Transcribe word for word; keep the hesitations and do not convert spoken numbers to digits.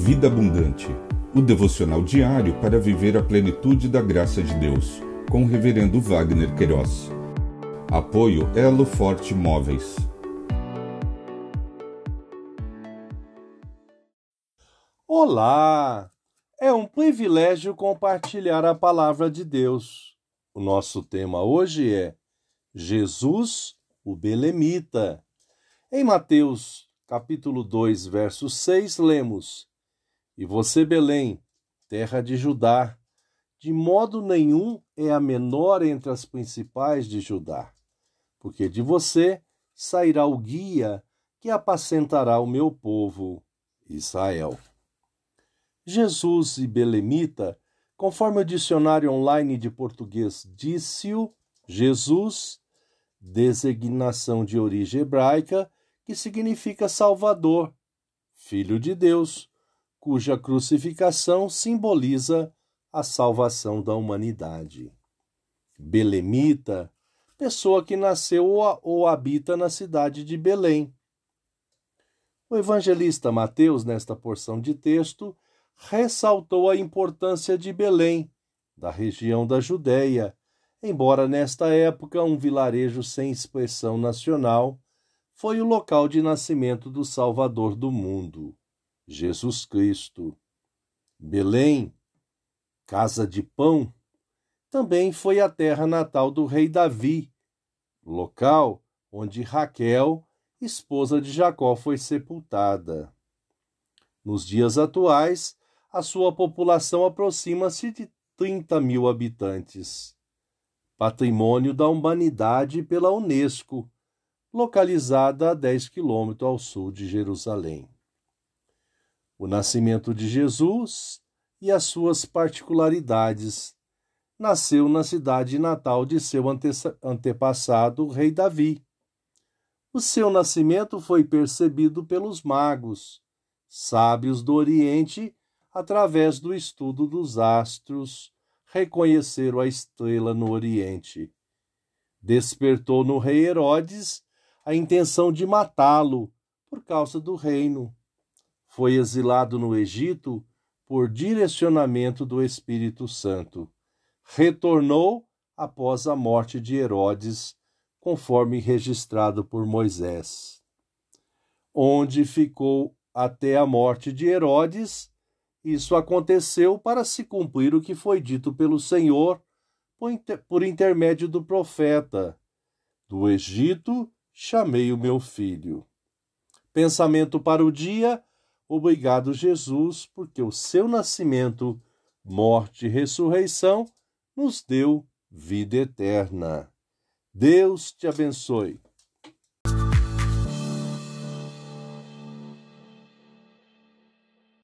Vida Abundante, o devocional diário para viver a plenitude da graça de Deus, com o reverendo Wagner Queiroz. Apoio Elo Forte Móveis. Olá! É um privilégio compartilhar a palavra de Deus. O nosso tema hoje é Jesus, o Belemita. Em Mateus, capítulo dois, verso seis, lemos: E você, Belém, terra de Judá, de modo nenhum é a menor entre as principais de Judá, porque de você sairá o guia que apacentará o meu povo, Israel. Jesus e Belemita, conforme o dicionário online de português disse-o, Jesus, designação de origem hebraica, que significa Salvador, Filho de Deus, cuja crucificação simboliza a salvação da humanidade. Belemita, pessoa que nasceu ou habita na cidade de Belém. O evangelista Mateus, nesta porção de texto, ressaltou a importância de Belém, da região da Judéia, embora nesta época um vilarejo sem expressão nacional, foi o local de nascimento do Salvador do mundo, Jesus Cristo. Belém, casa de pão, também foi a terra natal do rei Davi, local onde Raquel, esposa de Jacó, foi sepultada. Nos dias atuais, a sua população aproxima-se de trinta mil habitantes. Patrimônio da Humanidade pela Unesco, localizada a dez quilômetros ao sul de Jerusalém. O nascimento de Jesus e as suas particularidades. Nasceu na cidade natal de seu ante- antepassado, o rei Davi. O seu nascimento foi percebido pelos magos, sábios do Oriente, através do estudo dos astros, reconheceram a estrela no Oriente. Despertou no rei Herodes a intenção de matá-lo por causa do reino. Foi exilado no Egito por direcionamento do Espírito Santo. Retornou após a morte de Herodes, conforme registrado por Moisés, onde ficou até a morte de Herodes. Isso aconteceu para se cumprir o que foi dito pelo Senhor por intermédio do profeta: do Egito chamei o meu filho. Pensamento para o dia: obrigado, Jesus, porque o seu nascimento, morte e ressurreição nos deu vida eterna. Deus te abençoe.